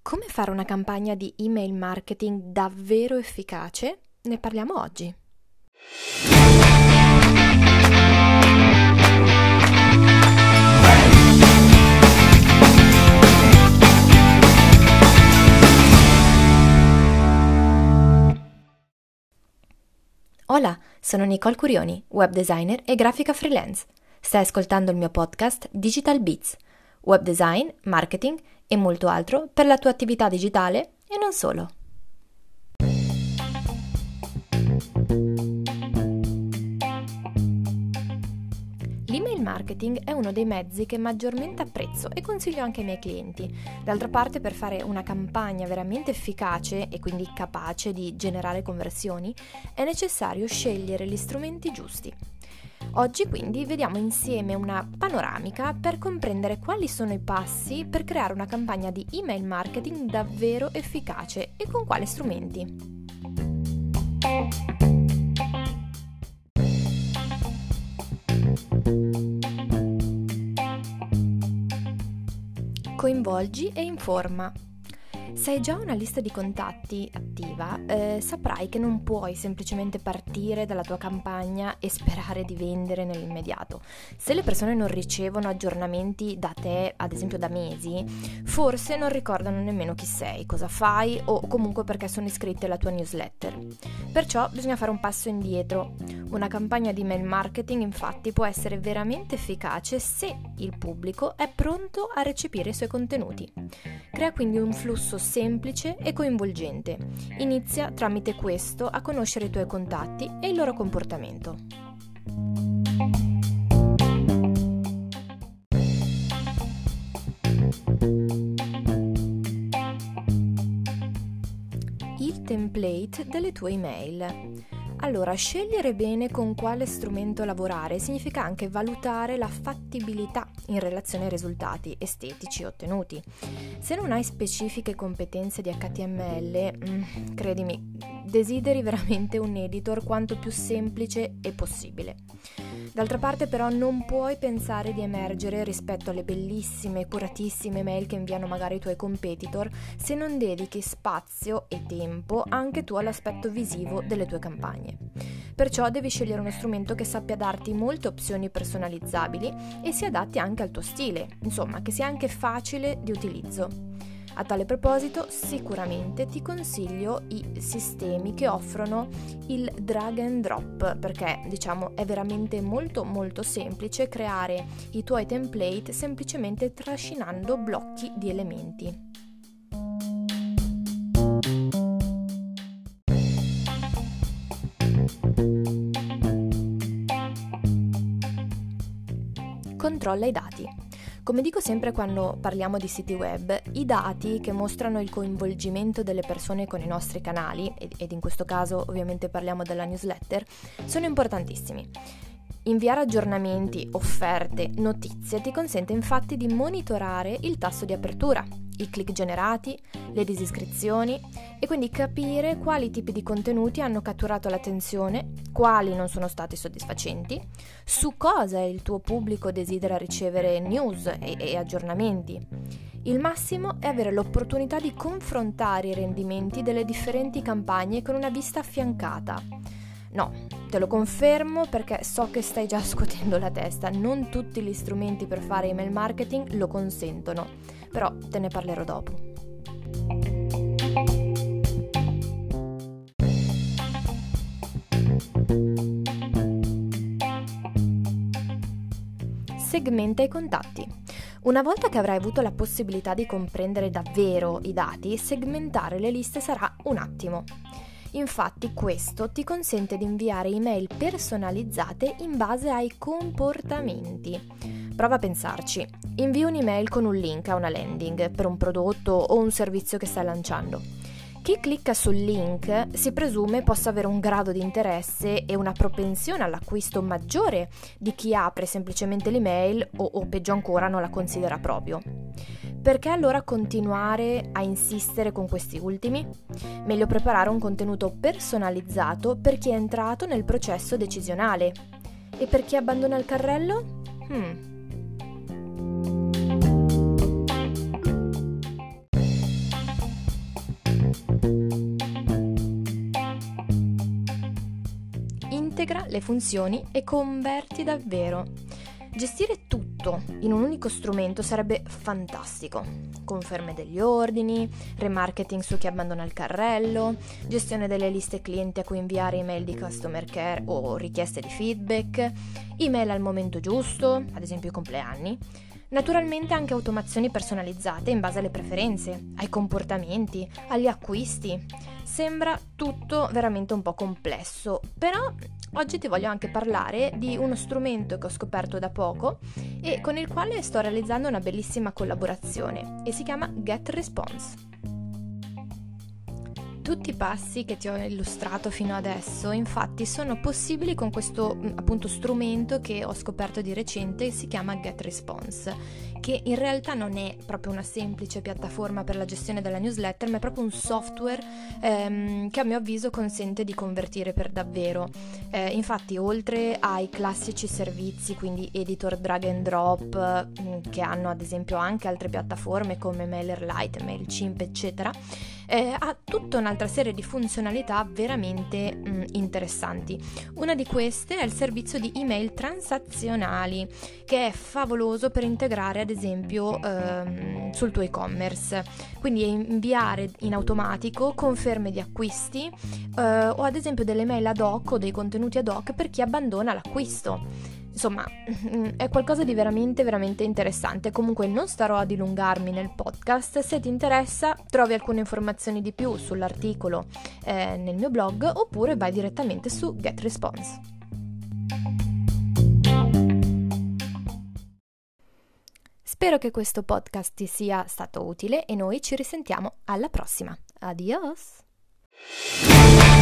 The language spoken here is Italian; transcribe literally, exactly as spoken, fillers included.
Come fare una campagna di email marketing davvero efficace? Ne parliamo oggi. Hola, sono Nicole Curioni, web designer e grafica freelance. Stai ascoltando il mio podcast Digital Beats, web design, marketing e molto altro per la tua attività digitale e non solo. L'email marketing è uno dei mezzi che maggiormente apprezzo e consiglio anche ai miei clienti. D'altra parte, per fare una campagna veramente efficace e quindi capace di generare conversioni, è necessario scegliere gli strumenti giusti. Oggi quindi vediamo insieme una panoramica per comprendere quali sono i passi per creare una campagna di email marketing davvero efficace e con quali strumenti. Coinvolgi e informa. Se hai già una lista di contatti attiva, eh, saprai che non puoi semplicemente partire dalla tua campagna e sperare di vendere nell'immediato. Se le persone non ricevono aggiornamenti da te, ad esempio da mesi, forse non ricordano nemmeno chi sei, cosa fai o comunque perché sono iscritte alla tua newsletter. Perciò bisogna fare un passo indietro. Una campagna di email marketing infatti può essere veramente efficace se il pubblico è pronto a recepire i suoi contenuti. Crea quindi un flusso semplice e coinvolgente. Inizia tramite questo a conoscere i tuoi contatti e il loro comportamento. Il template delle tue email. Allora, scegliere bene con quale strumento lavorare significa anche valutare la fattibilità in relazione ai risultati estetici ottenuti. Se non hai specifiche competenze di acca ti emme elle, mm, credimi, desideri veramente un editor quanto più semplice e possibile. D'altra parte però non puoi pensare di emergere rispetto alle bellissime e curatissime mail che inviano magari i tuoi competitor se non dedichi spazio e tempo anche tu all'aspetto visivo delle tue campagne. Perciò devi scegliere uno strumento che sappia darti molte opzioni personalizzabili e si adatti anche al tuo stile, insomma che sia anche facile di utilizzo. A tale proposito, sicuramente ti consiglio i sistemi che offrono il drag and drop, perché diciamo è veramente molto molto semplice creare i tuoi template semplicemente trascinando blocchi di elementi. Controlla i dati. Come dico sempre quando parliamo di siti web, i dati che mostrano il coinvolgimento delle persone con i nostri canali, ed in questo caso ovviamente parliamo della newsletter, sono importantissimi. Inviare aggiornamenti, offerte, notizie ti consente infatti di monitorare il tasso di apertura, i click generati, le disiscrizioni e quindi capire quali tipi di contenuti hanno catturato l'attenzione, quali non sono stati soddisfacenti, su cosa il tuo pubblico desidera ricevere news e, e aggiornamenti. Il massimo è avere l'opportunità di confrontare i rendimenti delle differenti campagne con una vista affiancata. No, te lo confermo perché so che stai già scuotendo la testa, non tutti gli strumenti per fare email marketing lo consentono, però te ne parlerò dopo. Segmenta i contatti. Una volta che avrai avuto la possibilità di comprendere davvero i dati, segmentare le liste sarà un attimo. Infatti questo ti consente di inviare email personalizzate in base ai comportamenti. Prova a pensarci. Invii un'email con un link a una landing per un prodotto o un servizio che stai lanciando. Chi clicca sul link si presume possa avere un grado di interesse e una propensione all'acquisto maggiore di chi apre semplicemente l'email o, o peggio ancora non la considera proprio. Perché allora continuare a insistere con questi ultimi? Meglio preparare un contenuto personalizzato per chi è entrato nel processo decisionale. E per chi abbandona il carrello? Hmm. integra le funzioni e converti davvero. Gestire tutto in un unico strumento sarebbe fantastico. Conferme degli ordini, remarketing su chi abbandona il carrello, gestione delle liste clienti a cui inviare email di customer care o richieste di feedback, email al momento giusto, ad esempio i compleanni. Naturalmente anche automazioni personalizzate in base alle preferenze, ai comportamenti, agli acquisti. Sembra tutto veramente un po' complesso, però oggi ti voglio anche parlare di uno strumento che ho scoperto da poco e con il quale sto realizzando una bellissima collaborazione e si chiama GetResponse. Tutti i passi che ti ho illustrato fino adesso, infatti, sono possibili con questo appunto strumento che ho scoperto di recente e si chiama GetResponse, che in realtà non è proprio una semplice piattaforma per la gestione della newsletter, ma è proprio un software ehm, che a mio avviso consente di convertire per davvero. Eh, infatti, oltre ai classici servizi, quindi editor drag and drop, mh, che hanno ad esempio anche altre piattaforme come MailerLite, MailChimp, eccetera, Eh, ha tutta un'altra serie di funzionalità veramente mh, interessanti. Una di queste è il servizio di email transazionali, che è favoloso per integrare ad esempio ehm, sul tuo e-commerce, quindi inviare in automatico conferme di acquisti eh, o ad esempio delle mail ad hoc o dei contenuti ad hoc per chi abbandona l'acquisto. Insomma, è qualcosa di veramente, veramente interessante. Comunque non starò a dilungarmi nel podcast. Se ti interessa, trovi alcune informazioni di più sull'articolo eh, nel mio blog oppure vai direttamente su GetResponse. Spero che questo podcast ti sia stato utile e noi ci risentiamo alla prossima. Adios!